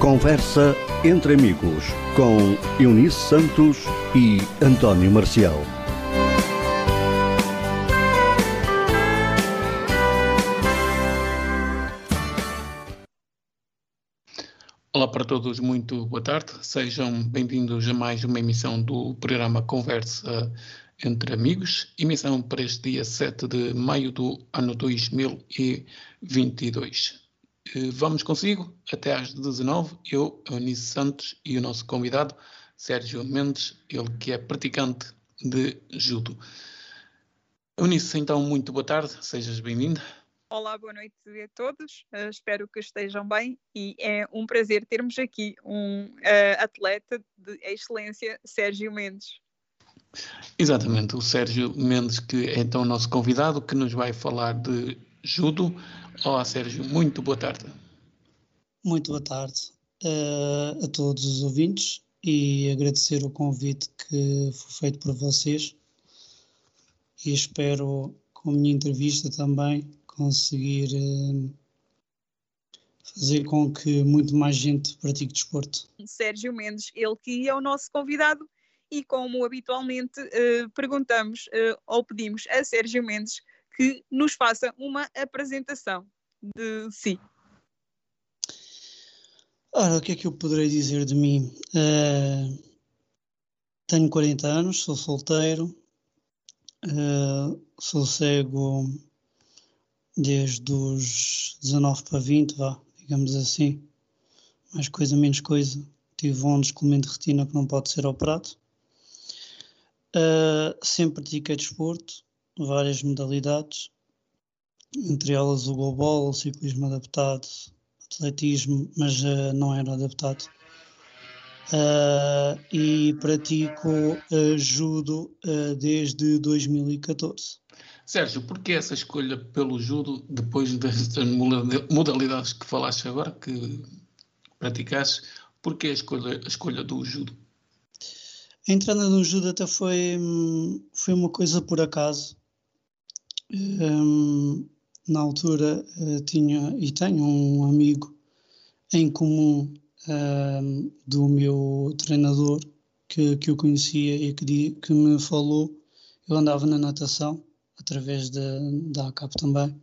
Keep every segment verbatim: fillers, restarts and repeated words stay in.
Conversa entre amigos com Eunice Santos e António Marcial. Olá para todos, muito boa tarde. Sejam bem-vindos a mais uma emissão do programa Conversa entre Amigos, emissão para este dia sete de maio do ano dois mil e vinte e dois. Vamos consigo até às dezanove, eu, Eunice Santos, e o nosso convidado, Sérgio Mendes, ele que é praticante de judo. Eunice, então, muito boa tarde, sejas bem-vinda. Olá, boa noite a todos, uh, espero que estejam bem e é um prazer termos aqui um uh, atleta de excelência, Sérgio Mendes. Exatamente, o Sérgio Mendes, que é então o nosso convidado, que nos vai falar de judo. Olá, Sérgio, muito boa tarde. Muito boa tarde uh, a todos os ouvintes e agradecer o convite que foi feito por vocês e espero, com a minha entrevista também, conseguir uh, fazer com que muito mais gente pratique desporto. Sérgio Mendes, ele que é o nosso convidado e como habitualmente uh, perguntamos uh, ou pedimos a Sérgio Mendes que nos faça uma apresentação de si. Ora, o que é que eu poderei dizer de mim? Uh, tenho quarenta anos, sou solteiro, uh, sou cego desde os dezanove para vinte, vá, digamos assim, mais coisa, menos coisa. Tive um descolamento de retina que não pode ser operado. Uh, sempre pratiquei desporto, várias modalidades, entre elas o goalball, o ciclismo adaptado, atletismo, mas uh, não era adaptado. Uh, e pratico uh, judo uh, desde dois mil e catorze. Sérgio, porquê essa escolha pelo judo, depois destas modalidades que falaste agora, que praticaste, porquê a escolha, a escolha do judo? A entrada no judo até foi, foi uma coisa por acaso. Um, na altura uh, tinha e tenho um amigo em comum um, do meu treinador que, que eu conhecia e que, que me falou. Eu andava na natação, através da, da A C A P também,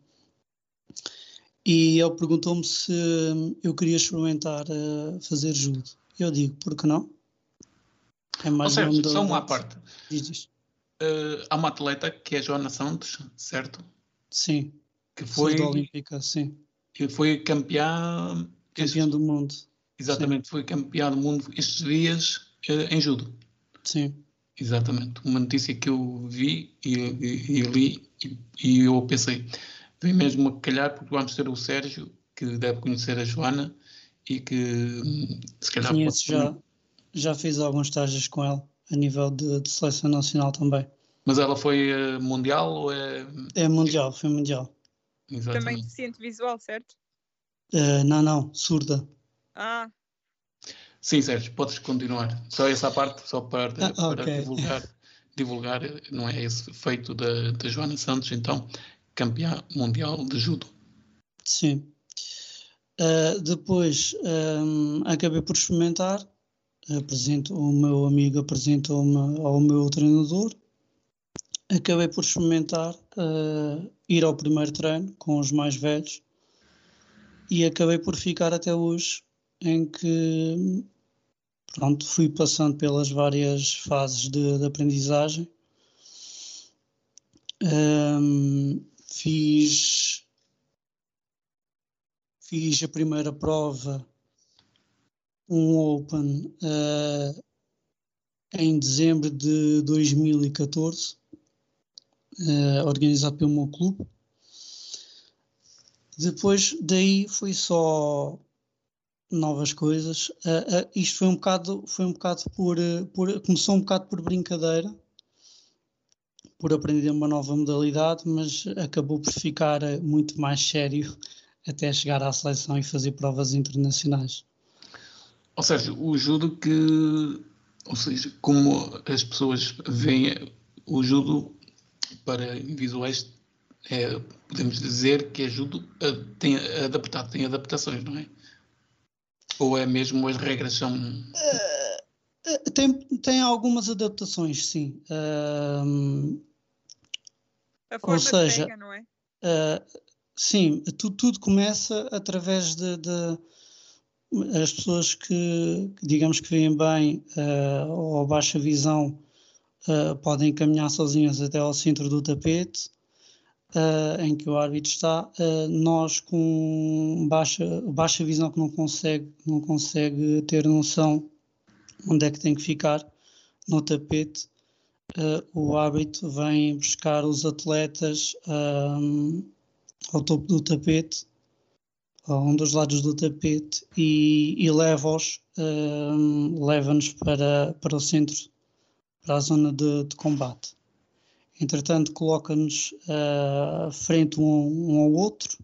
e ele perguntou-me se eu queria experimentar uh, fazer judo. Eu digo, por que não? É mais Ou seja, só uma à parte. Diz, diz. Uh, há uma atleta que é Joana Santos, certo? Sim, que foi da Olímpica, sim. Que foi campeã... Campeã do mundo. Exatamente, sim. Foi campeã do mundo estes dias uh, em judo. Sim. Exatamente, uma notícia que eu vi e, e, e li e, e eu pensei, vem mesmo a calhar porque vamos ter o Sérgio, que deve conhecer a Joana e que se calhar... Conheço, já, já fiz alguns estágios com ela, a nível de, de seleção nacional também. Mas ela foi uh, mundial ou é... É mundial, foi mundial. Exatamente. Também deficiente visual, certo? Uh, não, não, surda. Ah... Sim, Sérgio, podes continuar. Só essa parte, só para, ah, para okay. divulgar, divulgar, não é esse feito da, da Joana Santos, então, campeã mundial de judo. Sim. Uh, depois um, acabei por experimentar, apresento, o meu amigo apresentou-me ao meu treinador, acabei por experimentar, uh, ir ao primeiro treino com os mais velhos e acabei por ficar até hoje, em que pronto, fui passando pelas várias fases de, de aprendizagem. Um, fiz, fiz a primeira prova, um Open, uh, em dezembro de dois mil e catorze, uh, organizado pelo meu clube. Depois daí foi só... novas coisas. Uh, uh, isto foi um bocado, foi um bocado por, uh, por... Começou um bocado por brincadeira, por aprender uma nova modalidade, mas acabou por ficar uh, muito mais sério até chegar à seleção e fazer provas internacionais. Ou seja, o judo que... Ou seja, como as pessoas veem o judo para visuais, é, podemos dizer que é judo uh, tem adaptado, tem adaptações, não é? Ou é mesmo as regras são... Uh, tem, tem algumas adaptações, sim. Uh, A forma ou seja, cega, não é? Uh, sim, tudo, tudo começa através de, de as pessoas que, digamos que veem bem uh, ou baixa visão uh, podem caminhar sozinhas até ao centro do tapete uh, em que o árbitro está. Uh, nós com baixa, baixa visão que não consegue, não consegue ter noção onde é que tem que ficar no tapete, uh, o árbitro vem buscar os atletas um, ao topo do tapete, a um dos lados do tapete, e, e leva-os, uh, leva-nos para, para o centro, para a zona de, de combate. Entretanto, coloca-nos uh, frente um, um ao outro,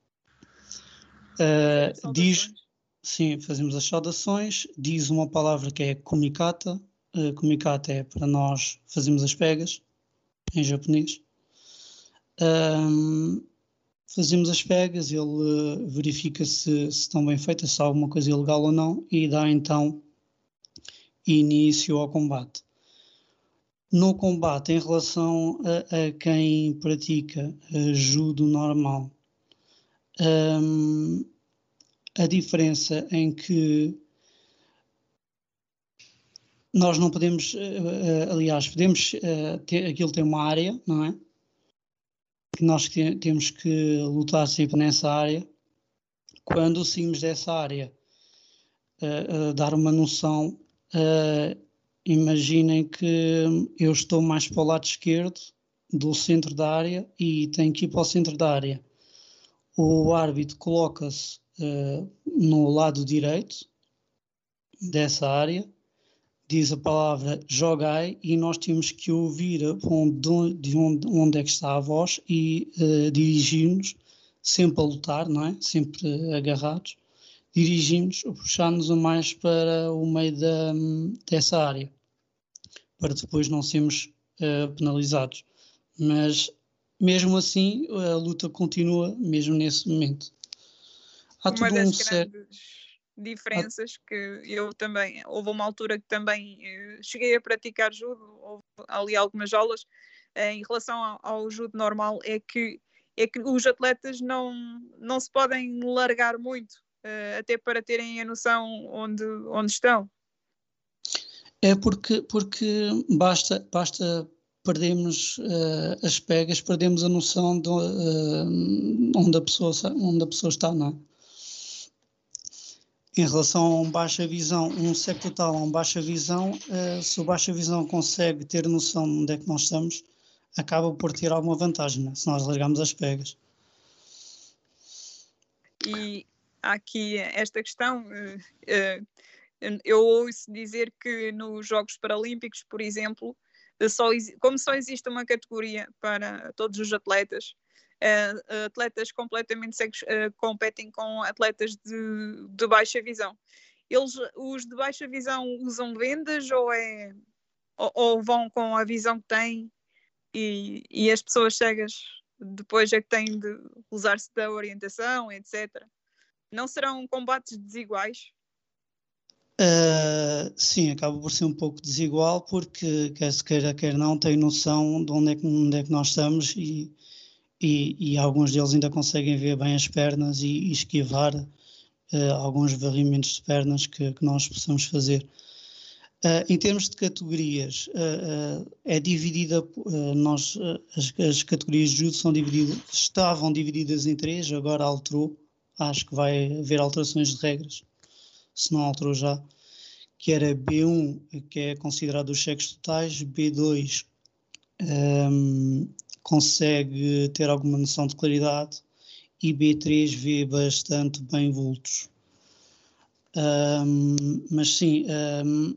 uh, diz, sim, fazemos as saudações, diz uma palavra que é kumikata. Uh, kumikata é para nós fazermos as pegas, em japonês. Um, Fazemos as pegas, ele uh, verifica se, se estão bem feitas, se há alguma coisa ilegal ou não, e dá então início ao combate. No combate, em relação a, a quem pratica uh, judo normal, um, a diferença em que nós não podemos, uh, uh, aliás, podemos, uh, ter, aquilo tem uma área, não é? Que nós que, temos que lutar sempre nessa área. Quando saímos dessa área, uh, uh, dar uma noção, uh, imaginem que eu estou mais para o lado esquerdo do centro da área e tenho que ir para o centro da área. O árbitro coloca-se uh, no lado direito dessa área, diz a palavra jogai e nós temos que ouvir onde, de onde, onde é que está a voz e uh, dirigir-nos, sempre a lutar, não é? Sempre agarrados, dirigir-nos, puxar-nos mais para o meio da, dessa área, para depois não sermos uh, penalizados. Mas, mesmo assim, a luta continua, mesmo nesse momento. Há Uma tudo das um grandes certo... diferenças que eu também, houve uma altura que também eh, cheguei a praticar judo, houve ali algumas aulas, eh, em relação ao, ao judo normal, é que, é que os atletas não, não se podem largar muito, eh, até para terem a noção onde, onde estão. É porque, porque basta, basta perdermos uh, as pegas, perdemos a noção de uh, onde, a pessoa, onde a pessoa está, não é? Em relação a um baixa visão, um cego total a um baixa visão, uh, se o baixa visão consegue ter noção de onde é que nós estamos, acaba por ter alguma vantagem, né? Se nós largarmos as pegas. E há aqui esta questão, uh, uh, eu ouço dizer que nos Jogos Paralímpicos, por exemplo, só, como só existe uma categoria para todos os atletas, Uh, atletas completamente cegos uh, competem com atletas de, de baixa visão. Eles, os de baixa visão usam vendas ou, é, ou, ou vão com a visão que têm e, e as pessoas cegas depois é que têm de usar-se da orientação, etcétera. Não serão combates desiguais? Uh, sim, acaba por ser um pouco desigual porque quer se queira, quer não, tem noção de onde é que, onde é que nós estamos e E, e alguns deles ainda conseguem ver bem as pernas e, e esquivar uh, alguns varrimentos de pernas que, que nós possamos fazer. Uh, em termos de categorias, uh, uh, é dividida, uh, nós, uh, as, as categorias de judo são divididas, estavam divididas em três, agora alterou, acho que vai haver alterações de regras, se não alterou já, que era B um, que é considerado os cheques totais, B dois, um, consegue ter alguma noção de claridade e B três vê bastante bem vultos. Um, mas sim, um,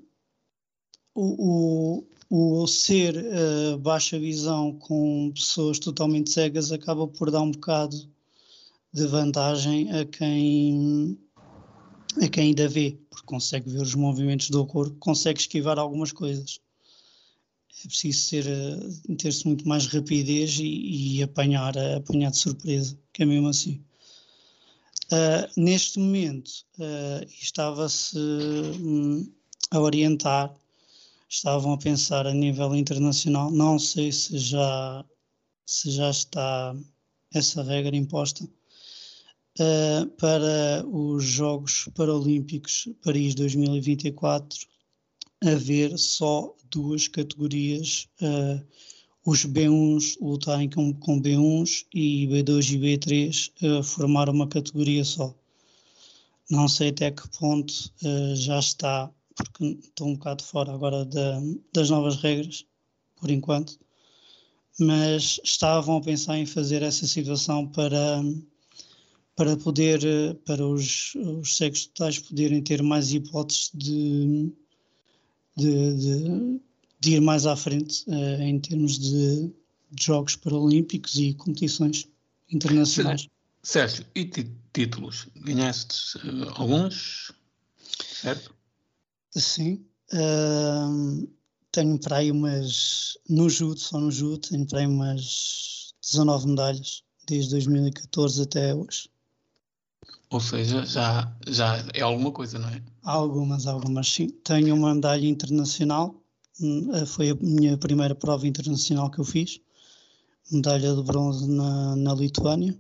o, o, o ser uh, baixa visão com pessoas totalmente cegas acaba por dar um bocado de vantagem a quem, a quem ainda vê, porque consegue ver os movimentos do corpo, consegue esquivar algumas coisas. É preciso ter, ter-se muito mais rapidez e, e apanhar, apanhar de surpresa, que é mesmo assim. Uh, neste momento, uh, estava-se um, a orientar, estavam a pensar a nível internacional, não sei se já, se já está essa regra imposta, uh, para os Jogos Paralímpicos Paris dois mil e vinte e quatro, haver só duas categorias, uh, os B uns lutarem com, com B uns e B dois e B três uh, formar uma categoria só. Não sei até que ponto uh, já está, porque estou um bocado fora agora da, das novas regras, por enquanto, mas estavam a pensar em fazer essa situação para, para poder, para os, os sexos totais poderem ter mais hipóteses de, de, de de ir mais à frente uh, em termos de, de Jogos Paralímpicos e competições internacionais. Sérgio, e títulos? Ganhaste uh, alguns, certo? Sim. Uh, tenho para aí umas, no judo, só no judo, tenho para aí umas dezanove medalhas, desde dois mil e catorze até hoje. Ou seja, já, já é alguma coisa, não é? Há algumas, algumas sim. Tenho uma medalha internacional. Foi a minha primeira prova internacional que eu fiz, medalha de bronze na, na Lituânia.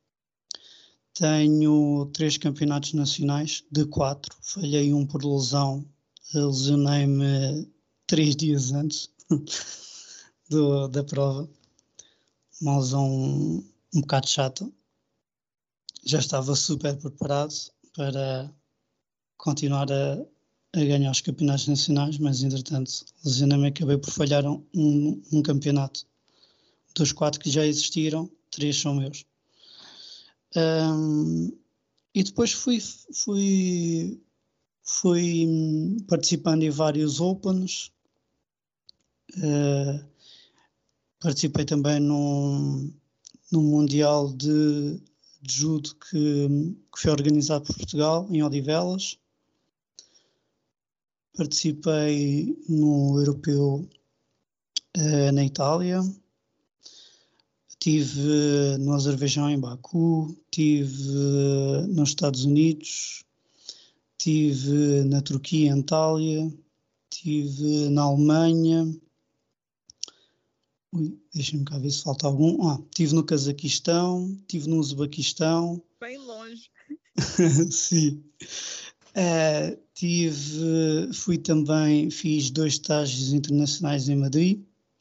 Tenho três campeonatos nacionais, de quatro, falhei um por lesão, lesionei-me três dias antes do, da prova, uma lesão um, um bocado chata. Já estava super preparado para continuar a a ganhar os campeonatos nacionais, mas entretanto lesionei-me e acabei por falhar um, um campeonato. Dos quatro que já existiram, três são meus. Um, e depois fui, fui, fui participando em vários Opens. Uh, participei também num, num Mundial de, de Judo que, que foi organizado por Portugal, em Odivelas. Participei no Europeu uh, na Itália, estive no Azerbaijão em Baku, estive uh, nos Estados Unidos, estive na Turquia em Antália, estive na Alemanha, ui, deixa-me cá ver se falta algum, ah, estive no Cazaquistão, estive no Uzbequistão. Bem longe. Sim. Uh, tive, fui também, fiz dois estágios internacionais em Madrid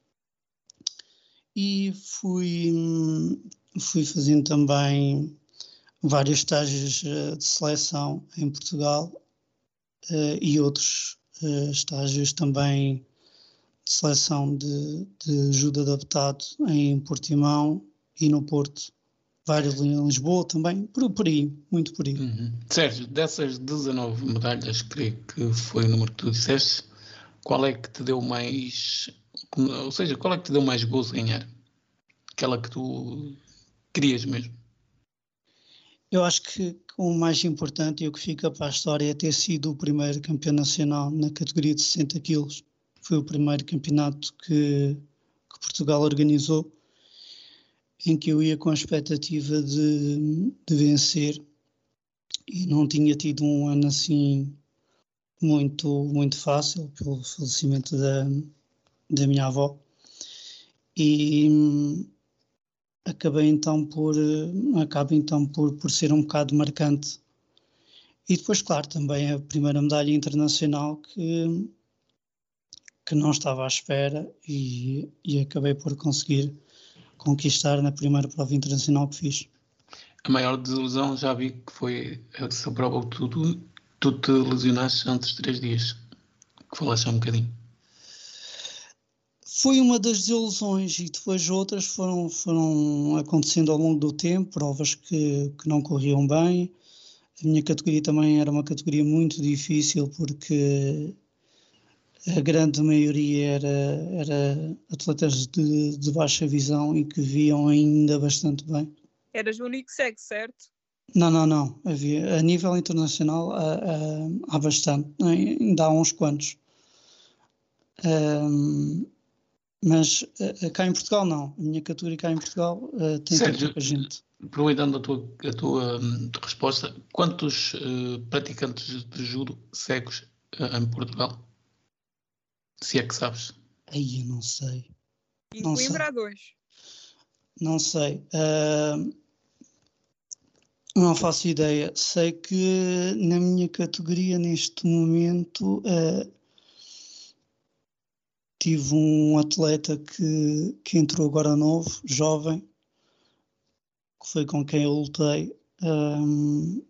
e fui, fui fazendo também vários estágios uh, de seleção em Portugal uh, e outros uh, estágios também de seleção de, de judo adaptado em Portimão e no Porto. Vários em Lisboa também, por, por aí, muito por aí. Uhum. Sérgio, dessas dezanove medalhas, creio que foi o número que tu disseste, qual é que te deu mais, ou seja, qual é que te deu mais gozo ganhar? Aquela que tu querias mesmo? Eu acho que o mais importante e o que fica para a história é ter sido o primeiro campeão nacional na categoria de sessenta quilos. Foi o primeiro campeonato que, que Portugal organizou, em que eu ia com a expectativa de, de vencer e não tinha tido um ano assim muito, muito fácil pelo falecimento da, da minha avó e hum, acabei então por, acaba então por, por ser um bocado marcante. E depois, claro, também a primeira medalha internacional que, que não estava à espera e, e acabei por conseguir conquistar na primeira prova internacional que fiz. A maior desilusão já vi que foi essa prova que tu, tu te lesionaste antes de três dias, que falaste há um bocadinho. Foi uma das desilusões e depois outras foram, foram acontecendo ao longo do tempo, provas que, que não corriam bem. A minha categoria também era uma categoria muito difícil porque a grande maioria era, era atletas de, de baixa visão e que viam ainda bastante bem. Eras o único cego, certo? Não, não, não. Havia, a nível internacional há, há, há bastante, ainda há uns quantos. Um, mas cá em Portugal não. A minha categoria cá em Portugal uh, tem pouca gente. aproveitando a tua, a tua hum, resposta, quantos uh, praticantes de judo cegos uh, em Portugal? Se é que sabes. Aí eu não sei. Em Não Coimbra sei. há dois. Não sei. Uh, não faço ideia. Sei que na minha categoria, neste momento, uh, tive um atleta que, que entrou agora novo, jovem, que foi com quem eu lutei. Um,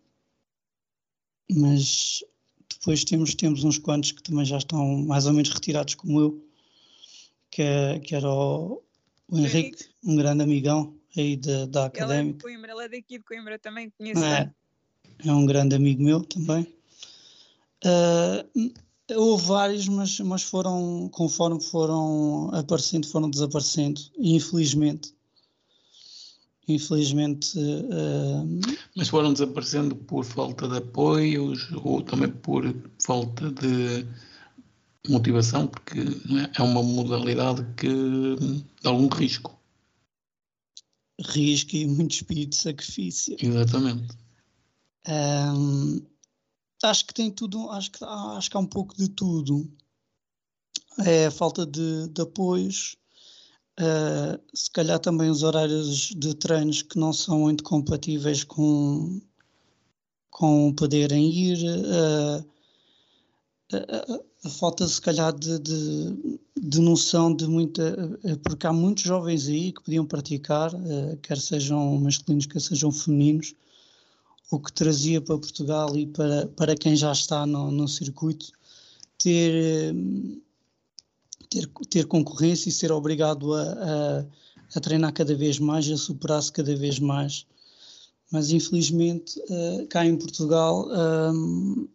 mas depois temos, temos uns quantos que também já estão mais ou menos retirados como eu, que, é, que era o, o Henrique, um grande amigão aí da, da Académica. Ele é de Coimbra, ele é daqui de Coimbra também, conheço É, bem. é um grande amigo meu também. Uh, houve vários, mas, mas foram, conforme foram aparecendo, foram desaparecendo, e infelizmente. Infelizmente. Uh, mas foram desaparecendo por falta de apoios ou também por falta de motivação, porque não é, é uma modalidade que dá algum risco. Risco e muito espírito de sacrifício. Exatamente. Um, acho que tem tudo, acho que, acho que há um pouco de tudo. É a falta de, de apoios, uh, se calhar também os horários de treinos que não são muito compatíveis com, com poderem ir, uh, a, a falta se calhar de, de, de noção de muita, porque há muitos jovens aí que podiam praticar, uh, quer sejam masculinos, quer sejam femininos, o que trazia para Portugal e para, para quem já está no, no circuito, ter, ter, ter concorrência e ser obrigado a, a, a treinar cada vez mais, a superar-se cada vez mais. Mas infelizmente uh, cá em Portugal um,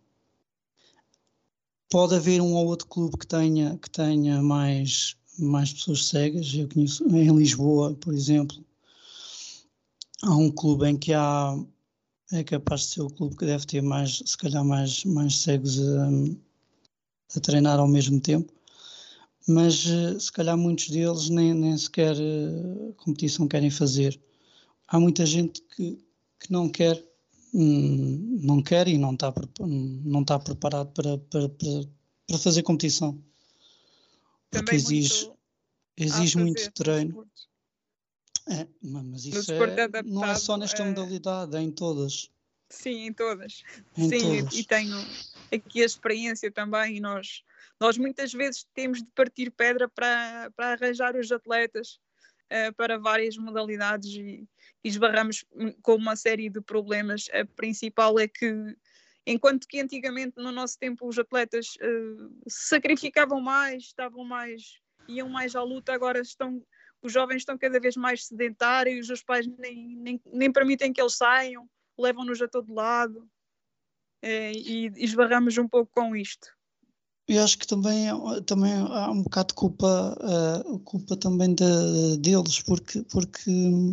pode haver um ou outro clube que tenha, que tenha mais, mais pessoas cegas. Eu conheço em Lisboa, por exemplo, há um clube em que há, é capaz de ser o clube que deve ter mais, se calhar mais, mais cegos a, a treinar ao mesmo tempo, mas se calhar muitos deles nem, nem sequer uh, competição querem fazer. Há muita gente que, que não quer, hum, não quer e não está, não está preparado para, para, para, para fazer competição. Porque Também exige muito, exige muito treino. É, mas isso é, não é só nesta é... modalidade, é em todas. Sim, em todas. Em Sim, todas. E, e tenho aqui a experiência também. E nós, nós muitas vezes temos de partir pedra para, para arranjar os atletas uh, para várias modalidades e, e esbarramos com uma série de problemas. A principal é que, enquanto que antigamente, no nosso tempo, os atletas uh, se sacrificavam mais, estavam mais, iam mais à luta, agora estão... Os jovens estão cada vez mais sedentários, os pais nem, nem, nem permitem que eles saiam, levam-nos a todo lado, é, e esbarramos um pouco com isto. Eu acho que também, também há um bocado de culpa, uh, culpa também de, deles, porque, porque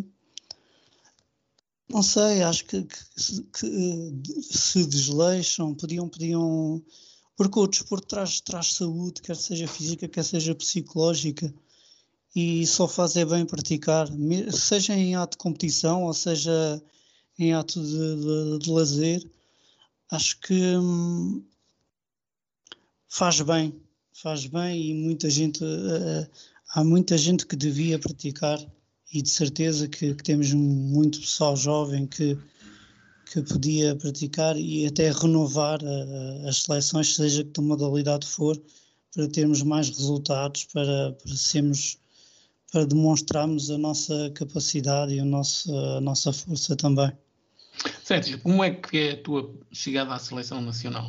não sei, acho que, que, que se desleixam, podiam, podiam, porque o desporto traz, traz saúde, quer seja física, quer seja psicológica. E só faz é bem praticar, seja em ato de competição ou seja em ato de, de, de lazer. Acho que hum, faz bem, faz bem e muita gente, uh, há muita gente que devia praticar e de certeza que, que temos muito pessoal jovem que, que podia praticar e até renovar uh, as seleções, seja que de modalidade for, para termos mais resultados, para, para sermos... para demonstrarmos a nossa capacidade e a nossa, a nossa força também. Sérgio, como é que é a tua chegada à seleção nacional?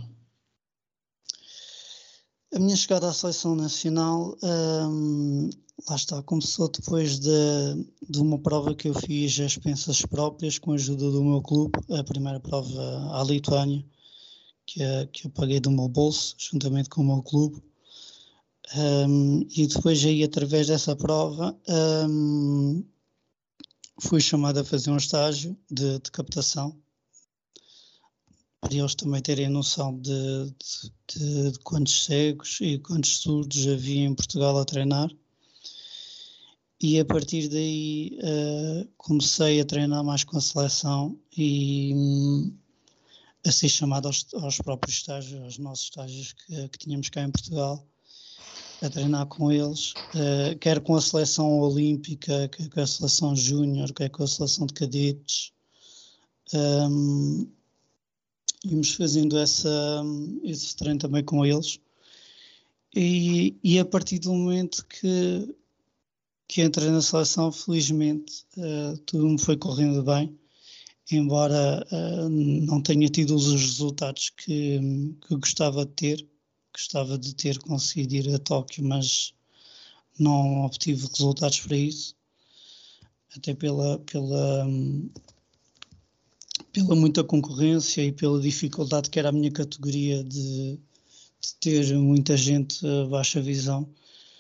A minha chegada à seleção nacional, hum, lá está, começou depois de, de uma prova que eu fiz às expensas próprias, com a ajuda do meu clube, a primeira prova à Lituânia, que, que eu paguei do meu bolso, juntamente com o meu clube. Um, e depois aí, através dessa prova, um, fui chamado a fazer um estágio de, de captação, para eles também terem noção de, de, de, de quantos cegos e quantos surdos havia em Portugal a treinar. e a partir daí uh, comecei a treinar mais com a seleção e um, a ser chamado aos, aos próprios estágios, aos nossos estágios que, que tínhamos cá em Portugal, a treinar com eles, uh, quer com a seleção olímpica, quer com a seleção júnior, quer com a seleção de cadetes. Um, íamos fazendo essa, esse treino também com eles. E, e a partir do momento que, que entrei na seleção, felizmente, uh, tudo me foi correndo bem, embora uh, não tenha tido os resultados que, que gostava de ter. Gostava de ter conseguido ir a Tóquio, mas não obtive resultados para isso, até pela, pela, pela muita concorrência e pela dificuldade que era a minha categoria de, de ter muita gente a baixa visão.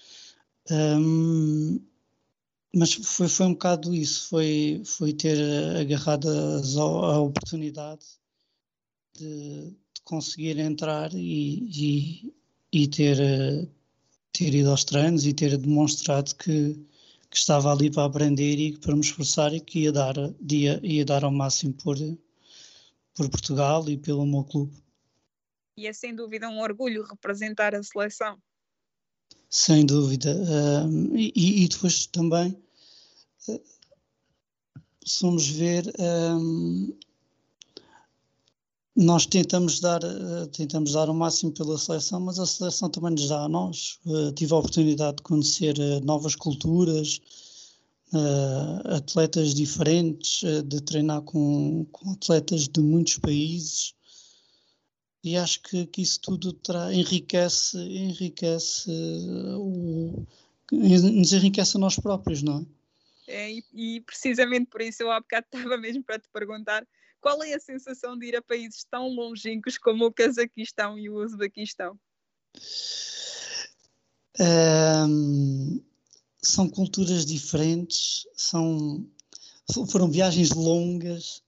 Um, mas foi, foi um bocado isso, foi, foi ter agarrado a, a oportunidade de, de conseguir entrar e, e, e ter, ter ido aos treinos e ter demonstrado que, que estava ali para aprender e para me esforçar e que ia dar, ia, ia dar ao máximo por, por Portugal e pelo meu clube. E é sem dúvida um orgulho representar a seleção. Sem dúvida. Um, e, e depois também uh, se vamos ver, um, nós tentamos dar, uh, tentamos dar o máximo pela seleção, mas a seleção também nos dá a nós. Uh, tive a oportunidade de conhecer uh, novas culturas, uh, atletas diferentes, uh, de treinar com, com atletas de muitos países. E acho que, que isso tudo tra- enriquece, enriquece o, nos enriquece a nós próprios, não é? É, e, e precisamente por isso eu há bocado estava mesmo para te perguntar qual é a sensação de ir a países tão longínquos como o Cazaquistão e o Uzbequistão? Um, são culturas diferentes, são, foram viagens longas.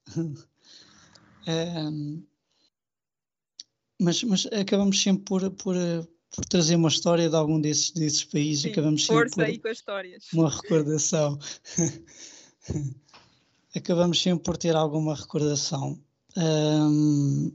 um, Mas, mas acabamos sempre por, por, por trazer uma história de algum desses, desses países. Sim, acabamos sempre força por aí com as histórias. Uma recordação. Acabamos sempre por ter alguma recordação. Um,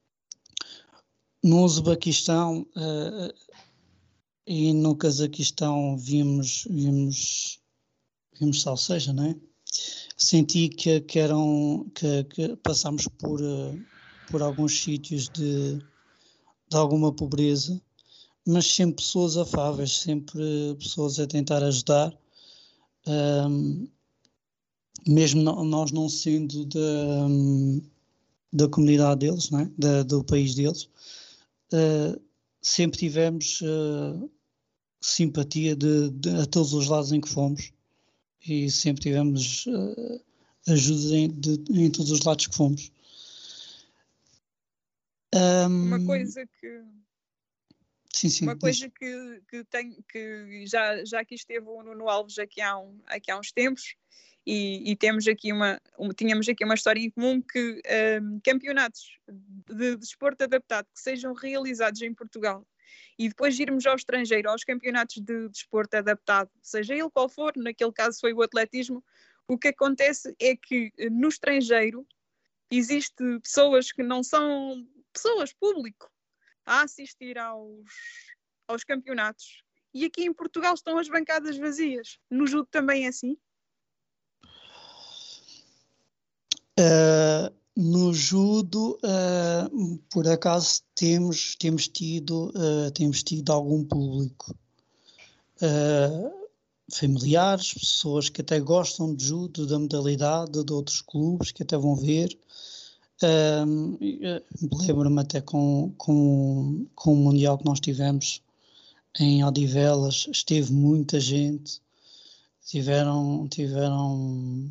no Uzbequistão uh, e no Cazaquistão vimos, vimos, vimos salseja, não é? Senti que, que, eram, que, que passámos por, uh, por alguns sítios de de alguma pobreza, mas sempre pessoas afáveis, sempre pessoas a tentar ajudar, um, mesmo no, nós não sendo da, da comunidade deles, não é? da, do país deles, uh, sempre tivemos uh, simpatia de, de, a todos os lados em que fomos e sempre tivemos uh, ajuda em, de, em todos os lados que fomos. Um, uma coisa que sim, sim, uma coisa que, que, tem, que já, já aqui esteve o Nuno Alves aqui há, um, aqui há uns tempos e, e temos aqui uma, uma, tínhamos aqui uma história em comum que um, campeonatos de desporto adaptado que sejam realizados em Portugal e depois irmos ao estrangeiro, aos campeonatos de desporto adaptado, seja ele qual for, naquele caso foi o atletismo, o que acontece é que no estrangeiro existe pessoas que não são pessoas, público, a assistir aos, aos campeonatos. E aqui em Portugal estão as bancadas vazias. No judo também é assim? Uh, no judo, uh, por acaso, temos, temos, tido, uh, temos tido algum público. Uh, familiares, pessoas que até gostam de judo, da modalidade, de outros clubes, que até vão ver. Um, lembro-me até com, com, com o Mundial que nós tivemos em Odivelas, esteve muita gente, tiveram tiveram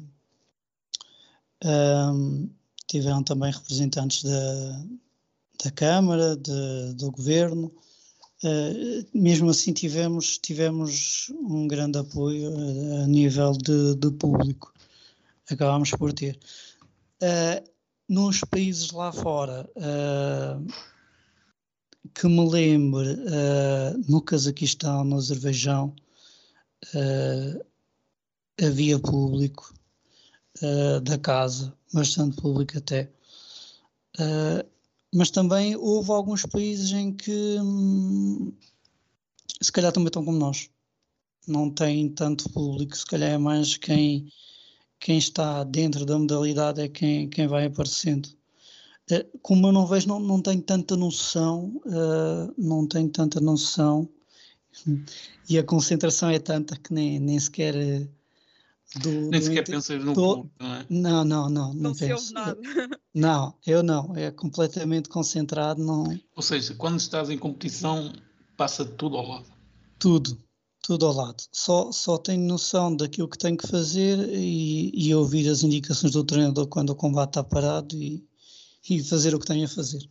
um, tiveram também representantes da, da Câmara, de, do Governo, uh, mesmo assim tivemos, tivemos um grande apoio a, a nível de, de público, acabámos por ter. Uh, Nos países lá fora, uh, que me lembre, uh, no Cazaquistão, no Azerbaijão, uh, havia público uh, da casa, bastante público até. Uh, mas também houve alguns países em que hum, se calhar também estão como nós. Não tem tanto público, se calhar é mais quem, quem está dentro da modalidade é quem, quem vai aparecendo. Uh, como eu não vejo, não, não tenho tanta noção, uh, não tenho tanta noção, e a concentração é tanta que nem, nem sequer... Uh, do, nem do sequer inter... pensas no do... público, não é? Não, não, não, não, Não se ouve penso. nada. Não, eu não, é completamente concentrado, não... Ou seja, quando estás em competição, passa tudo ao lado. Tudo, tudo ao lado. Só, só tenho noção daquilo que tenho que fazer e, e ouvir as indicações do treinador quando o combate está parado e, e fazer o que tenho a fazer.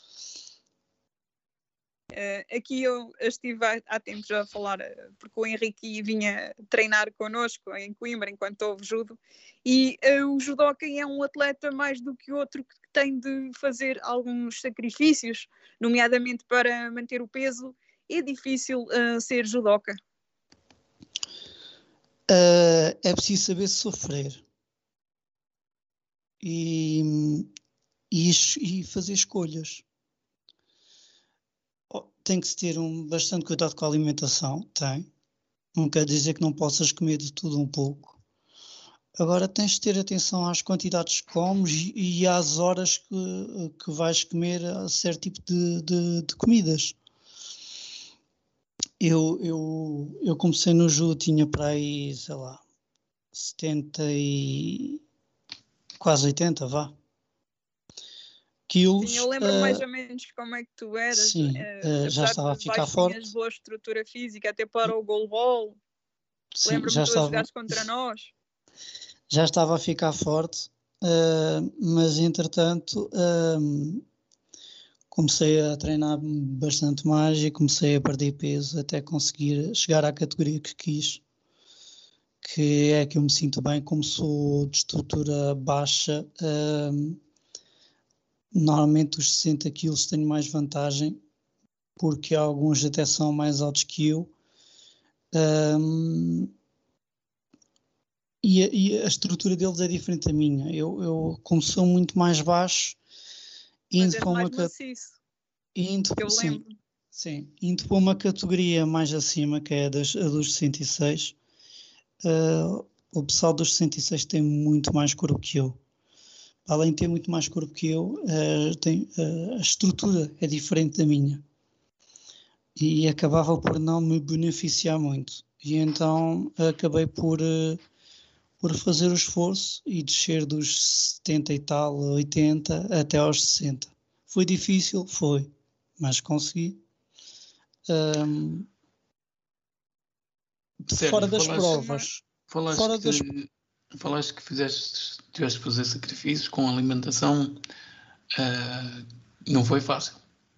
Uh, aqui eu estive há, há tempo já a falar, uh, porque o Henrique vinha treinar connosco em Coimbra enquanto houve judo, e uh, o judoca é um atleta mais do que outro que tem de fazer alguns sacrifícios, nomeadamente para manter o peso. É difícil uh, ser judoca? Uh, é preciso saber sofrer e, e, e fazer escolhas. Tem que se ter um, bastante cuidado com a alimentação, tem. Não quer dizer que não possas comer de tudo um pouco. Agora tens de ter atenção às quantidades que comes e, e às horas que, que vais comer a certo tipo de, de, de comidas. Eu, eu, eu comecei no judo, tinha para aí, sei lá, setenta e quase oitenta, vá. Quilos. Sim, eu lembro uh, mais ou menos como é que tu eras. Sim, uh, já estava a ficar forte. Tinhas boa estrutura física, até para o goalball. Lembro-me de tu estava... jogares contra nós. Já estava a ficar forte, uh, mas entretanto uh, comecei a treinar bastante mais e comecei a perder peso até conseguir chegar à categoria que quis, que é que eu me sinto bem. Como sou de estrutura baixa, uh, normalmente os sessenta quilos tenho mais vantagem, porque alguns até são mais altos que eu. Um, e, a, e a estrutura deles é diferente da minha. Eu, eu como sou muito mais baixo, indo para uma maciço, indo, eu sim, lembro. sim, indo para uma categoria mais acima, que é a, das, a dos sessenta e seis, uh, o pessoal dos sessenta e seis tem muito mais corpo que eu. Além de ter muito mais corpo que eu, uh, tem, uh, a estrutura é diferente da minha. E acabava por não me beneficiar muito. E então acabei por, uh, por fazer o esforço e descer dos setenta e tal, oitenta, até aos sessenta. Foi difícil? Foi, mas consegui. Um, Sério, fora das falaste, provas. Falaste, fora que, das... falaste que fizeste, tiveste de fazer sacrifícios com a alimentação. Uh, não foi fácil.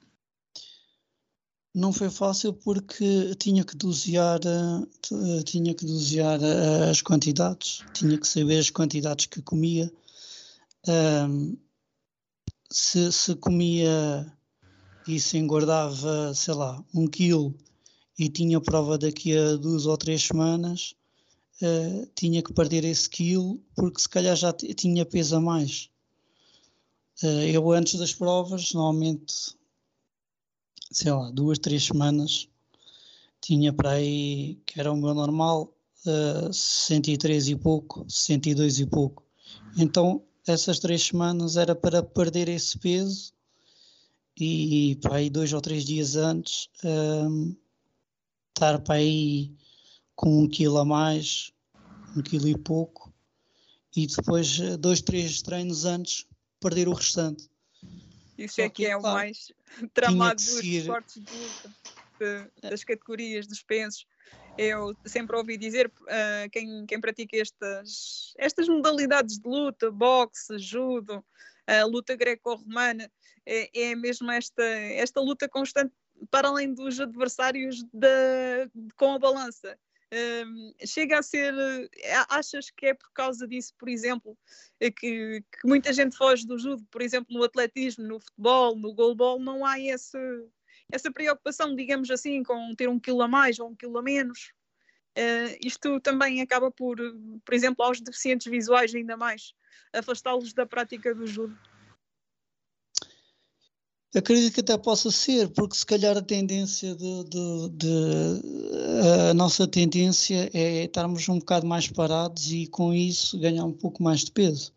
Não foi fácil porque tinha que dosear, uh, tinha que dosear uh, as quantidades, tinha que saber as quantidades que comia. Um, se, se comia e se engordava, sei lá, um quilo e tinha prova daqui a duas ou três semanas, uh, tinha que perder esse quilo porque se calhar já t- tinha peso a mais. Uh, eu antes das provas, normalmente, sei lá, duas, três semanas, tinha para aí, que era o meu normal, uh, sessenta e três e pouco, sessenta e dois e pouco. Então, essas três semanas era para perder esse peso e para aí dois ou três dias antes um, estar para aí com um quilo a mais, um quilo e pouco, e depois dois, três treinos antes perder o restante. Isso Só é que, que é claro, o mais tramado dos seguir... esportes de luta, de, das categorias, dos pensos. Eu sempre ouvi dizer, uh, quem, quem pratica estas, estas modalidades de luta, boxe, judo, uh, luta greco-romana, é, é mesmo esta, esta luta constante para além dos adversários da, com a balança. Um, chega a ser, achas que é por causa disso, por exemplo, que, que muita gente foge do judo, por exemplo, no atletismo, no futebol, no goalball, não há esse, essa preocupação, digamos assim, com ter um quilo a mais ou um quilo a menos? uh, isto também acaba por, por exemplo, aos deficientes visuais ainda mais, afastá-los da prática do judo? Acredito que até possa ser, porque se calhar a tendência de, de, de a nossa tendência é estarmos um bocado mais parados e com isso ganhar um pouco mais de peso.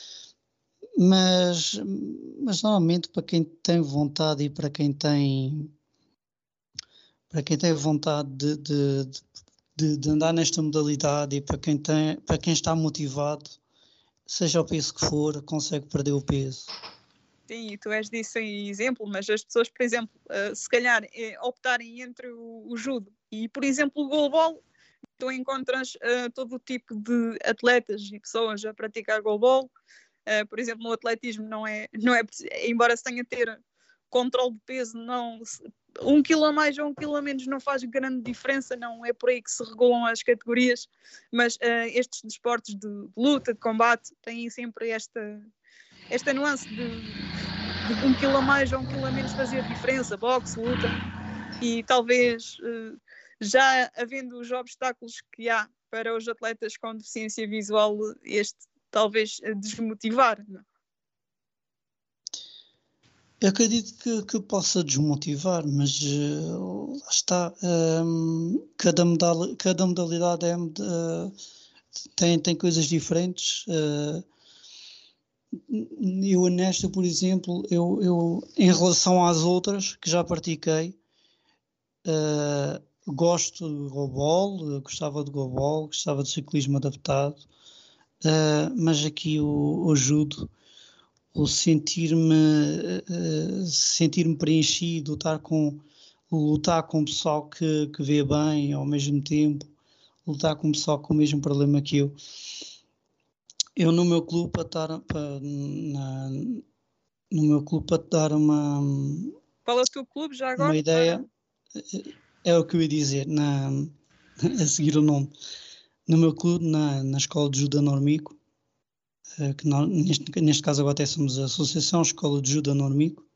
Mas, mas normalmente para quem tem vontade e para quem tem para quem tem vontade de, de, de, de andar nesta modalidade e para quem, tem, para quem está motivado, seja o peso que for, consegue perder o peso. Sim, e tu és disso em exemplo, mas as pessoas, por exemplo, uh, se calhar eh, optarem entre o, o judo e, por exemplo, o goalball, tu encontras uh, todo o tipo de atletas e pessoas a praticar goalball. Uh, por exemplo, no atletismo não é, não é, embora se tenha a ter controle de peso, não, um quilo a mais ou um quilo a menos não faz grande diferença, não é por aí que se regulam as categorias, mas uh, estes desportos de, de luta, de combate, têm sempre esta, esta nuance de, de um quilo a mais ou um quilo a menos fazer diferença, boxe, luta, e talvez uh, já havendo os obstáculos que há para os atletas com deficiência visual, este talvez desmotivar. Não? Eu acredito que, que possa desmotivar, mas uh, lá está. Um, cada, modal, cada modalidade é, uh, tem, tem coisas diferentes. Uh, eu, nesta, por exemplo, eu, eu, em relação às outras que já pratiquei, uh, gosto de goalball, gostava de goalball, gostava de ciclismo adaptado, uh, mas aqui o, o judo, o sentir-me uh, sentir-me preenchido, lutar com, lutar com o pessoal que, que vê bem ao mesmo tempo, lutar com o pessoal com o mesmo problema que eu. Eu no meu clube para dar para, na, no meu clube para dar uma Qual é o teu clube já agora? Uma ideia é o que eu ia dizer na, a seguir o nome. No meu clube, na, na escola de judo Normico, que nós, neste, neste caso agora até somos a Associação Escola de Judo Normico.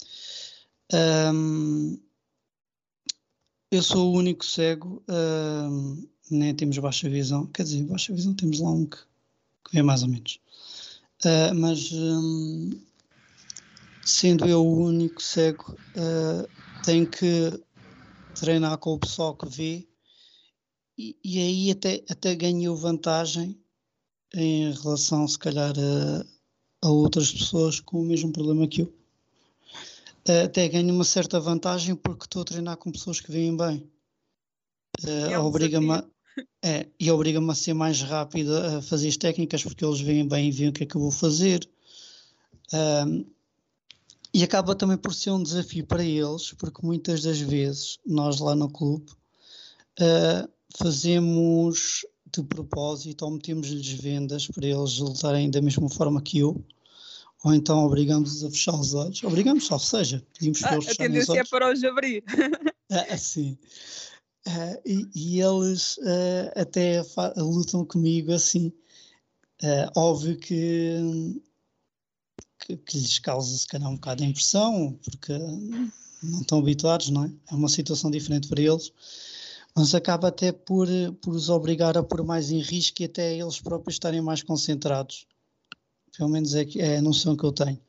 Um, eu sou o único cego, um, nem temos baixa visão, quer dizer, baixa visão temos lá um que, que vê mais ou menos. Uh, mas um, sendo eu o único cego, uh, tenho que treinar com o pessoal que vê e, e aí até, até ganho vantagem em relação, se calhar, a, a outras pessoas com o mesmo problema que eu. Até ganho uma certa vantagem porque estou a treinar com pessoas que veem bem. É um obriga-me a, é, e obriga-me a ser mais rápido a fazer as técnicas porque eles veem bem e veem o que é que eu vou fazer. Um, e acaba também por ser um desafio para eles, porque muitas das vezes nós lá no clube uh, fazemos de propósito ou metemos-lhes vendas para eles lutarem da mesma forma que eu, ou então obrigamos-os a fechar os olhos. Obrigamos, ou seja, pedimos para ah, eles a fecharem os tendência olhos. é para os abrir. Ah, sim. Uh, e, e eles uh, até lutam comigo assim. Uh, óbvio que, que, que lhes causa se calhar um bocado de impressão, porque não estão habituados, não é? É uma situação diferente para eles, mas acaba até por, por os obrigar a pôr mais em risco e até eles próprios estarem mais concentrados. Pelo menos é, é a noção que eu tenho.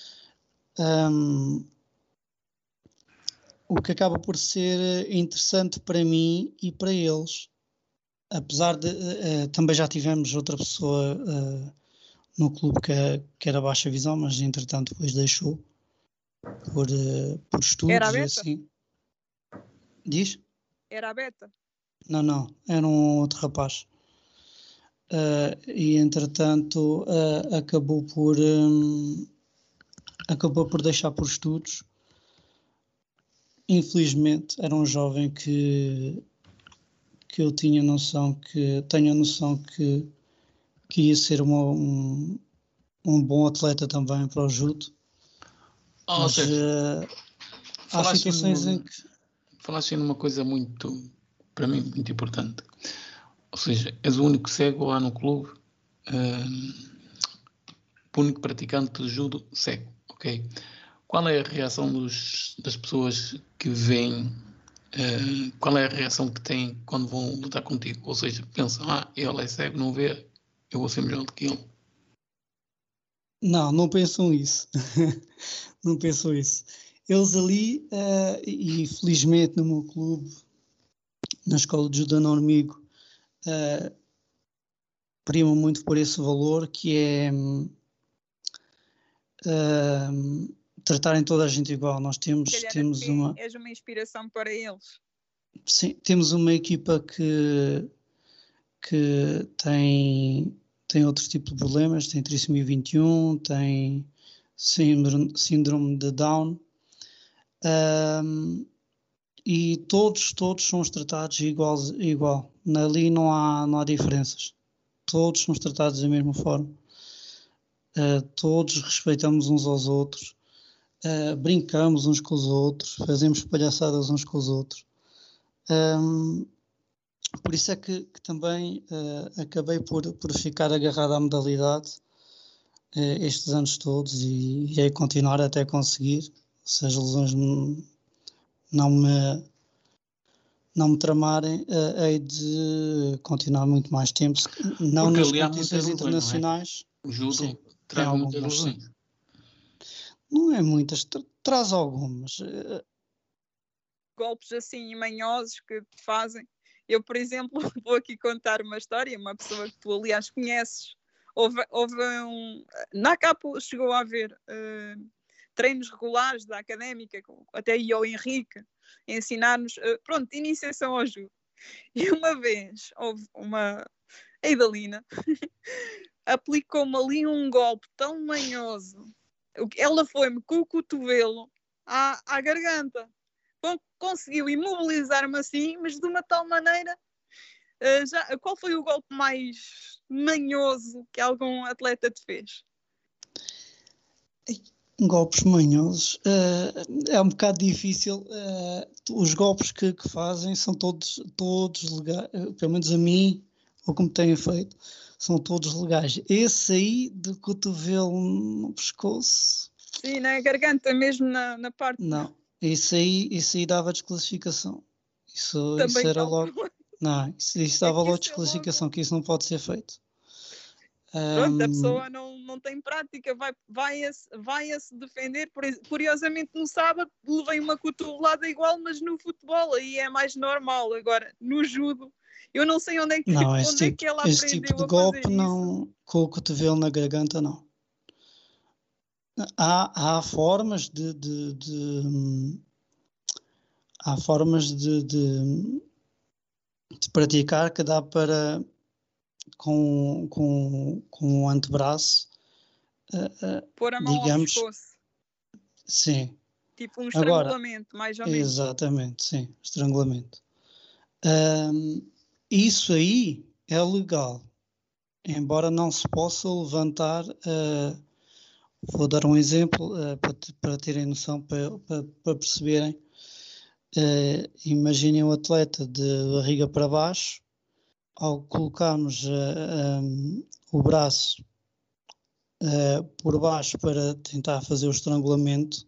Um, o que acaba por ser interessante para mim e para eles. Apesar de uh, também já tivemos outra pessoa uh, no clube que, que era baixa visão, mas entretanto depois deixou por, uh, por estudos Era a e Beta? assim. Diz? Era a Beta? Não, não, era um outro rapaz. Uh, e entretanto uh, acabou por um, acabou por deixar por estudos. Infelizmente era um jovem que que eu tinha noção que tenho a noção que, que ia ser uma, um, um bom atleta também para o judo. Oh, mas uh, há situações num, em que falaste numa coisa muito, para mim, muito importante. Ou seja, és o único cego lá no clube, uh, o único praticante de judo cego, ok? Qual é a reação dos, das pessoas que veem Uh, qual é a reação que têm quando vão lutar contigo? Ou seja, pensam, ah, ele é cego, não vê, eu vou ser melhor do que ele. Não, não pensam isso. Não pensam isso. Eles ali, uh, e felizmente no meu clube, na escola de Judo Normigo, uh, primam muito por esse valor, que é uh, tratarem toda a gente igual. Nós temos, Se calhar temos até uma... és uma inspiração para eles. Sim, temos uma equipa que, que tem, tem outro tipo de problemas, tem trissomia vinte e um, tem síndrome, síndrome de Down, um, e todos, todos somos tratados igual, igual. Ali não há, não há diferenças. Todos somos tratados da mesma forma. Uh, todos respeitamos uns aos outros, uh, brincamos uns com os outros, fazemos palhaçadas uns com os outros. Um, por isso é que, que também uh, acabei por, por ficar agarrado à modalidade uh, estes anos todos e, e aí continuar até conseguir, se as lesões não me, não me tramarem, uh, hei de continuar muito mais tempo, não Porque nas ali há competições muitas internacionais. Lesões, não é? O judo sim, traz muitas lesões. Não é muitas, tra- traz algumas. Uh, Golpes assim manhosos que te fazem. Eu, por exemplo, vou aqui contar uma história, uma pessoa que tu, aliás, conheces. Houve, houve um... Na Capo chegou a haver uh, treinos regulares da académica, até ia o Henrique ensinar-nos, uh, pronto, iniciação ao judo. E uma vez houve uma... A Idalina aplicou-me ali um golpe tão manhoso. Ela foi-me com o cotovelo à, à garganta. Conseguiu imobilizar-me assim, mas de uma tal maneira. Uh, já, qual foi o golpe mais manhoso que algum atleta te fez? Golpes manhosos, uh, é um bocado difícil. Uh, os golpes que, que fazem são todos, todos legais, uh, pelo menos a mim, ou como têm feito, são todos legais. Esse aí de cotovelo no pescoço. Sim, na garganta, mesmo na, na parte. Não. Isso aí, isso aí dava desclassificação. Isso, isso era logo. Não, isso, isso dava é logo desclassificação, é logo... que isso não pode ser feito. Pronto, um... a pessoa não, não tem prática, vai, vai, a, vai a se defender. Curiosamente, no sábado levei uma cotovelada igual, mas no futebol aí é mais normal. Agora, no judo, eu não sei onde é que, não, onde tipo, é que ela esse aprendeu tipo de a golpe fazer não, isso. Com o cotovelo na garganta, não. Há, há formas de, de, de há formas de, de, de praticar que dá para com, com, com o antebraço uh, uh, pôr a mão digamos, ao pescoço. Sim. Tipo um estrangulamento, Agora, mais ou menos. Exatamente, sim, estrangulamento. Um, isso aí é legal, embora não se possa levantar. Uh, Vou dar um exemplo uh, para, para terem noção, para, para, para perceberem. Uh, imaginem um atleta de barriga para baixo, ao colocarmos uh, um, o braço uh, por baixo para tentar fazer o estrangulamento,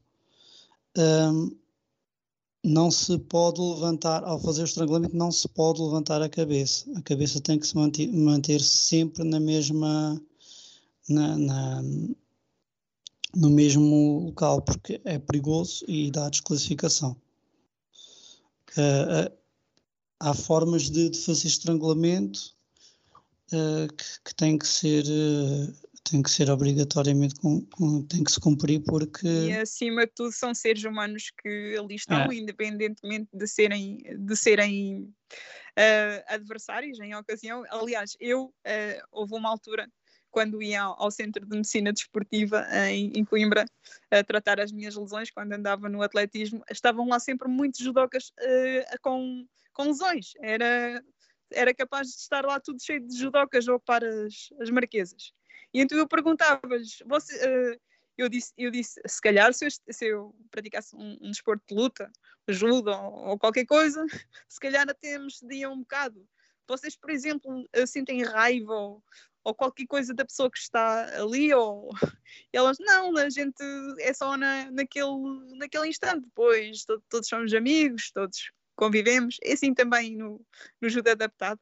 um, não se pode levantar, ao fazer o estrangulamento, não se pode levantar a cabeça. A cabeça tem que se manter, manter sempre na mesma. Na, na, no mesmo local, porque é perigoso e dá desclassificação. Uh, uh, há formas de, de fazer estrangulamento uh, que, que têm que ser uh, tem que ser obrigatoriamente com, com, tem que se cumprir, porque e acima de tudo são seres humanos que ali estão, é. independentemente de serem de serem uh, adversários em ocasião. Aliás, eu uh, houve uma altura quando ia ao Centro de Medicina Desportiva em, em Coimbra a tratar as minhas lesões, quando andava no atletismo, estavam lá sempre muitos judocas uh, com, com lesões. Era, era capaz de estar lá tudo cheio de judocas a ocupar as, as marquesas. E então eu perguntava-lhes, você, uh, eu, disse, eu disse, se calhar se eu, se eu praticasse um, um desporto de luta, judo ou, ou qualquer coisa, se calhar até me cediam um bocado. Vocês, por exemplo, sentem raiva ou ou qualquer coisa da pessoa que está ali, ou elas, não, a gente é só na, naquele, naquele instante, depois to, todos somos amigos, todos convivemos, é assim também no, no judo adaptado.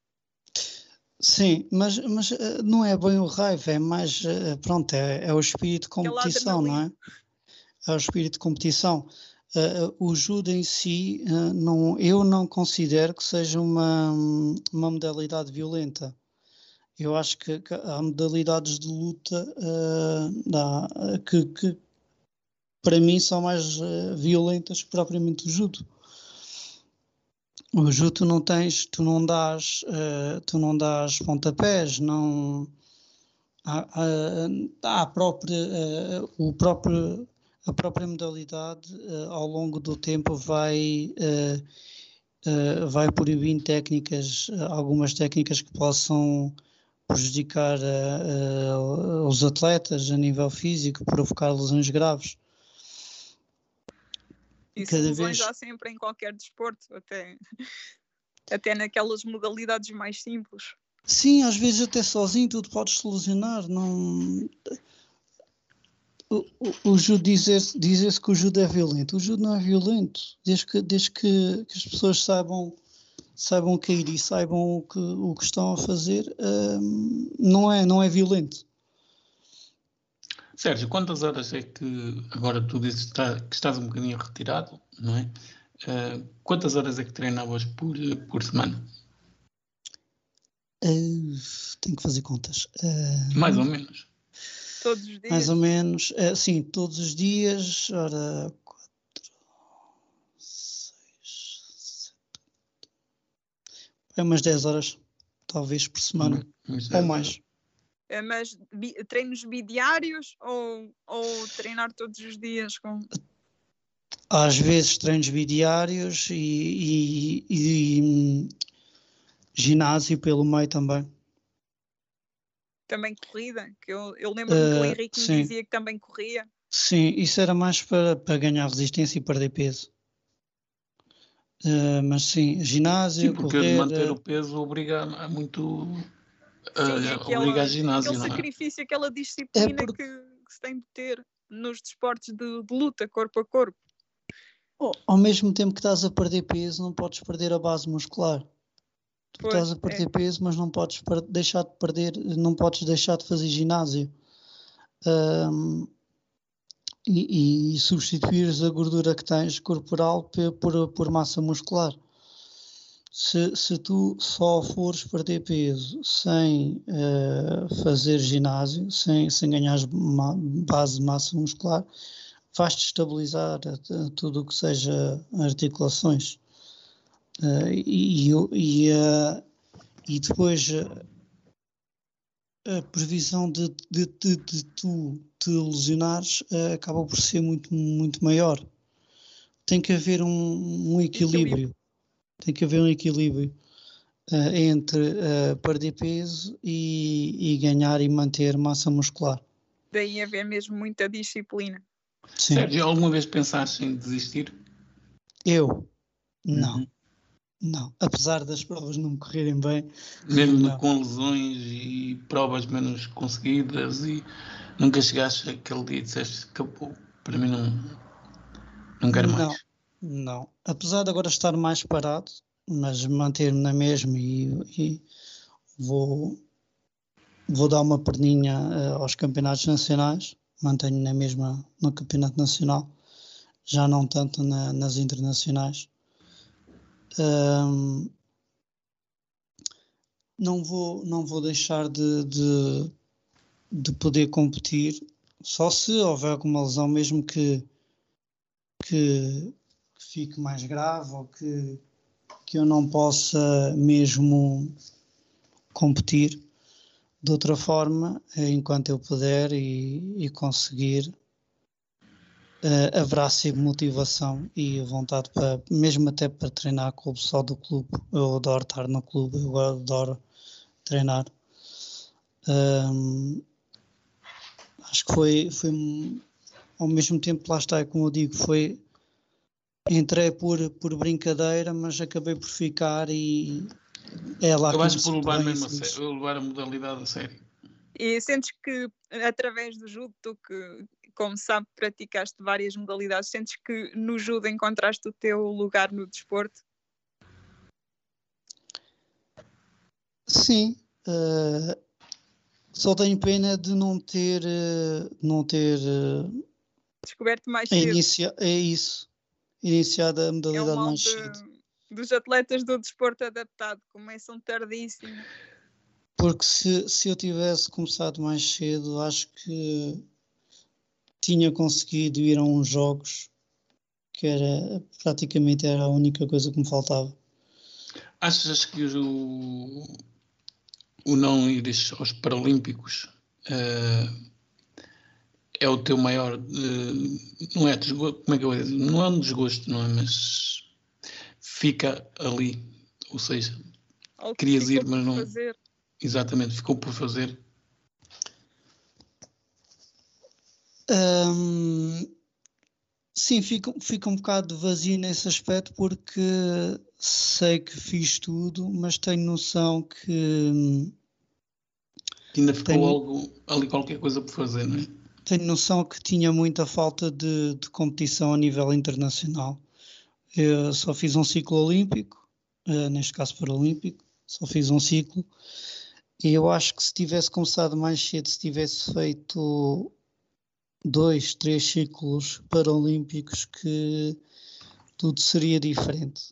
Sim, mas, mas uh, não é bem o raiva, é mais, uh, pronto, é, é o espírito de competição, não é? É o espírito de competição. Uh, o judo em si, uh, não, eu não considero que seja uma, uma modalidade violenta. Eu acho que, que há modalidades de luta uh, dá, que, que para mim são mais uh, violentas que propriamente o judo. O judo tu não tens, tu não dás, uh, tu não dás pontapés, não há, há, há própria, uh, o próprio, a própria modalidade uh, ao longo do tempo vai uh, uh, vai proibindo técnicas, uh, algumas técnicas que possam prejudicar uh, uh, os atletas a nível físico, provocar lesões graves. Isso Cada lesões vez... há sempre em qualquer desporto, até, até naquelas modalidades mais simples. Sim, às vezes até sozinho tu podes se lesionar. Não... O, o, o judo dizer-se dizer que o judo é violento. O judo não é violento, desde que, desde que, que as pessoas saibam saibam cair e saibam o que, o que estão a fazer, hum, não, é, não é violento. Sérgio, quantas horas é que, agora tu dizes que estás um bocadinho retirado, não é? Uh, quantas horas é que treinavas por, por semana? Uh, tenho que fazer contas. Uh, mais ou menos. Todos os dias? Mais ou menos, uh, sim, todos os dias, ora... É umas dez horas, talvez, por semana, mas, ou mais. É, mas bi, treinos bidiários ou, ou treinar todos os dias? Com... Às vezes treinos bidiários e, e, e ginásio pelo meio também. Também corrida? Que eu, eu lembro-me uh, que o Henrique sim. me dizia que também corria. Sim, isso era mais para, para ganhar resistência e perder peso. Uh, mas sim, ginásio, sim, porque correr... manter o peso obriga a muito... Uh, sim, aquela, obriga a ginásio, aquele não é? sacrifício, aquela disciplina é por... que, que se tem de ter nos desportos de, de luta, corpo a corpo. Oh, ao mesmo tempo que estás a perder peso, não podes perder a base muscular. Tu pois, estás a perder é. peso, mas não podes deixar de perder, não podes deixar de fazer ginásio. Um, E, e substituires a gordura que tens corporal por, por massa muscular. Se, se tu só fores perder peso sem uh, fazer ginásio, sem, sem ganhar base de massa muscular, vais-te estabilizar tudo o que seja articulações. Uh, e, e, uh, e depois... Uh, a previsão de, de, de, de tu te lesionares uh, acaba por ser muito, muito maior. Tem que haver um, um equilíbrio. equilíbrio. Tem que haver um equilíbrio uh, entre uh, perder peso e, e ganhar e manter massa muscular. Daí haver mesmo muita disciplina. Sim. Sérgio, alguma vez pensaste em desistir? Eu? Não. Uhum. Não, apesar das provas não me correrem bem. Mesmo não. Com lesões e provas menos conseguidas e nunca chegaste àquele dia e disseste acabou, para mim não, não quero não, mais. Não, apesar de agora estar mais parado, mas manter-me na mesma e, e vou, vou dar uma perninha uh, aos campeonatos nacionais, mantenho na mesma no campeonato nacional, já não tanto na, nas internacionais. Um, não vou não vou deixar de, de, de poder competir, só se houver alguma lesão mesmo que, que, que fique mais grave ou que, que eu não possa mesmo competir de outra forma, enquanto eu puder e, e conseguir. Uh, haverá sempre motivação e vontade para, mesmo até para treinar com o pessoal do clube. Eu adoro estar no clube, eu adoro treinar. Um, acho que foi, foi ao mesmo tempo, lá está, como eu digo, foi entrei por, por brincadeira, mas acabei por ficar e é lá eu que acho por levar, mesmo a sério, levar a modalidade a sério. E sentes que através do judo, tu que, como sabe, praticaste várias modalidades, sentes que no judo encontraste o teu lugar no desporto? Sim, uh, só tenho pena de não ter, uh, não ter uh, descoberto mais cedo. Inicia, é isso, iniciado a modalidade é o mal mais de, cedo. Dos atletas do desporto adaptado, começam tardíssimo. Porque se, se eu tivesse começado mais cedo, acho que tinha conseguido ir a uns jogos, que era praticamente era a única coisa que me faltava. Achas que o, o não ires aos Paralímpicos uh, é o teu maior, uh, não é desgosto, como é que eu vou dizer? Não é um desgosto, não é, mas fica ali, ou seja, Algo que querias ficou ir, mas por não, fazer. exatamente, ficou por fazer. Hum, sim, fica, fica um bocado vazio nesse aspecto, porque sei que fiz tudo, mas tenho noção que Ainda ficou tenho, algo, ali qualquer coisa por fazer, não é? tenho noção que tinha muita falta de, de competição a nível internacional. Eu só fiz um ciclo olímpico, uh, neste caso paralímpico, só fiz um ciclo, e eu acho que se tivesse começado mais cedo, se tivesse feito dois, três ciclos paralímpicos, que tudo seria diferente.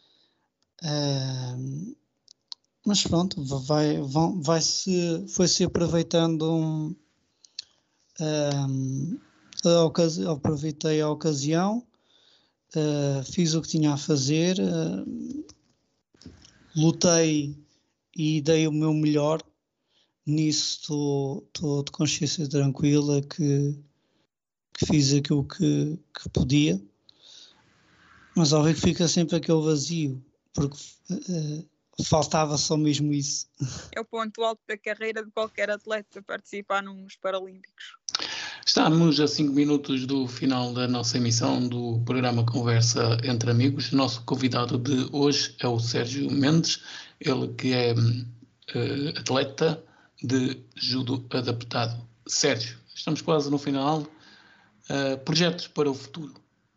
Uh, mas pronto, vai, vão, vai -se, foi-se aproveitando um, um, a ocasi- aproveitei a ocasião, uh, fiz o que tinha a fazer, uh, lutei e dei o meu melhor. Nisso estou de consciência tranquila que, que fiz aquilo que, que podia, mas óbvio que fica sempre aquele vazio, porque uh, faltava só mesmo isso. É o ponto alto da carreira de qualquer atleta participar nos Paralímpicos. Estamos a cinco minutos do final da nossa emissão do programa Conversa Entre Amigos. O nosso convidado de hoje é o Sérgio Mendes, ele que é uh, atleta de judo adaptado. Sérgio, estamos quase no final. Uh, projetos para o futuro?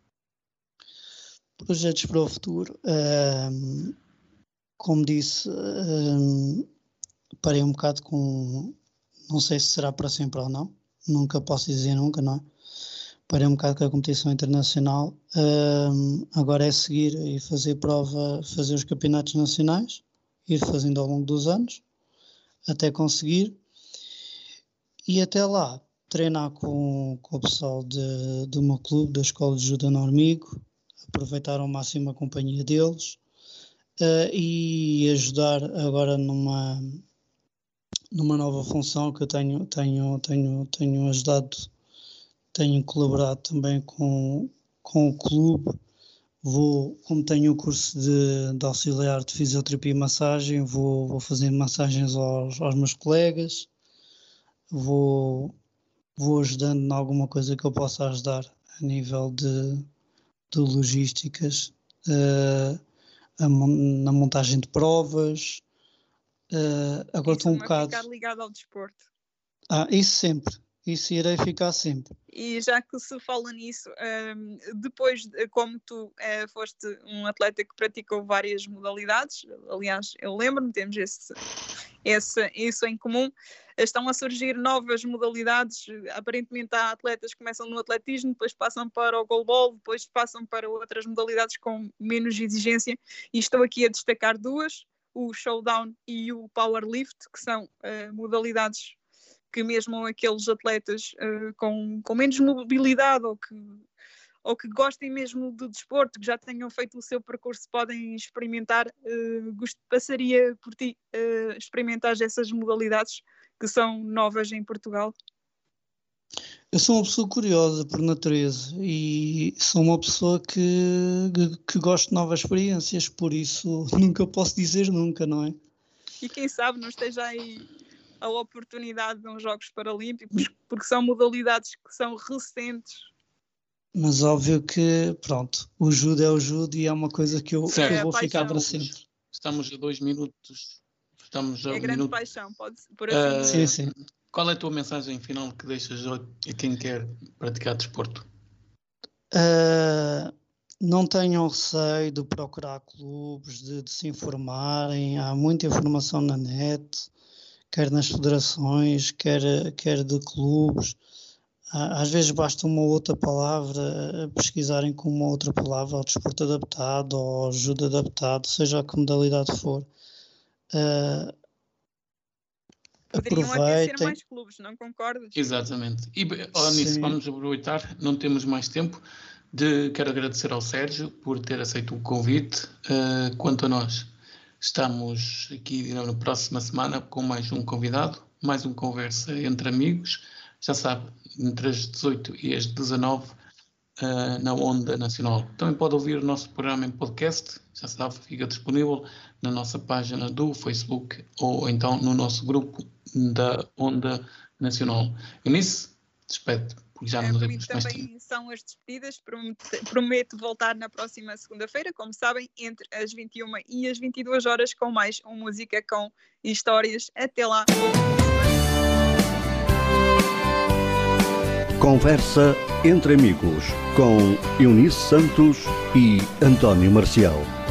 Projetos para o futuro. Um, como disse, um, parei um bocado com... Não sei se será para sempre ou não. Nunca posso dizer nunca, não é? Parei um bocado com a competição internacional. Um, agora é seguir e fazer prova, fazer os campeonatos nacionais, ir fazendo ao longo dos anos, até conseguir. E até lá, treinar com, com o pessoal de, do meu clube, da Escola de Judo Normigo, aproveitar ao máximo a companhia deles, uh, e ajudar agora numa, numa nova função que eu tenho, tenho, tenho, tenho ajudado, tenho colaborado também com, com o clube. Vou, como tenho o curso de, de auxiliar de fisioterapia e massagem, vou, vou fazer massagens aos, aos meus colegas, vou, vou ajudando em alguma coisa que eu possa ajudar a nível de, de logísticas, uh, a, na montagem de provas. Uh, agora estou um bocado... ficar ligado ao desporto. Ah, isso sempre. Isso irei ficar sempre. E já que se fala nisso, um, depois, como tu uh, foste um atleta que praticou várias modalidades, aliás, eu lembro-me, temos esse, esse, isso em comum, estão a surgir novas modalidades. Aparentemente há atletas que começam no atletismo, depois passam para o goalball, depois passam para outras modalidades com menos exigência, e estou aqui a destacar duas, o showdown e o powerlift, que são uh, modalidades que mesmo aqueles atletas uh, com, com menos mobilidade ou que, ou que gostem mesmo do desporto, que já tenham feito o seu percurso, podem experimentar. Uh, gost, passaria por ti uh, experimentar essas modalidades que são novas em Portugal? Eu sou uma pessoa curiosa por natureza e sou uma pessoa que, que, que gosto de novas experiências, por isso nunca posso dizer nunca, não é? E quem sabe não esteja aí a oportunidade de uns Jogos Paralímpicos, porque são modalidades que são recentes. Mas óbvio que, pronto, o judo é o judo e é uma coisa que eu, que eu vou é ficar para sempre. Estamos a dois minutos. Estamos a é um grande minuto. paixão, pode por assim uh, Sim, sim. Qual é a tua mensagem final que deixas a quem quer praticar desporto? Uh, não tenham receio de procurar clubes, de, de se informarem. Há muita informação na net, quer nas federações, quer, quer de clubes. Às vezes basta uma outra palavra, pesquisarem com uma outra palavra, ao desporto adaptado, ou ajuda adaptado, seja a que modalidade for. Uh, Poderiam até ser mais clubes, não concordas? Exatamente. E oh, nisso vamos aproveitar, não temos mais tempo. De, quero agradecer ao Sérgio por ter aceito o convite. Uh, quanto a nós, estamos aqui na próxima semana com mais um convidado, mais uma conversa entre amigos. Já sabe, entre as dezoito e as dezanove, uh, na Onda Nacional. Também pode ouvir o nosso programa em podcast, já sabe, fica disponível na nossa página do Facebook ou então no nosso grupo da Onda Nacional. Eunice, despede, porque já não temos mais tempo. Também são as despedidas, prometo, prometo voltar na próxima segunda-feira, como sabem, entre as vinte e uma e as vinte e duas horas, com mais uma música com histórias. Até lá! Conversa entre amigos com Eunice Santos e António Marcial.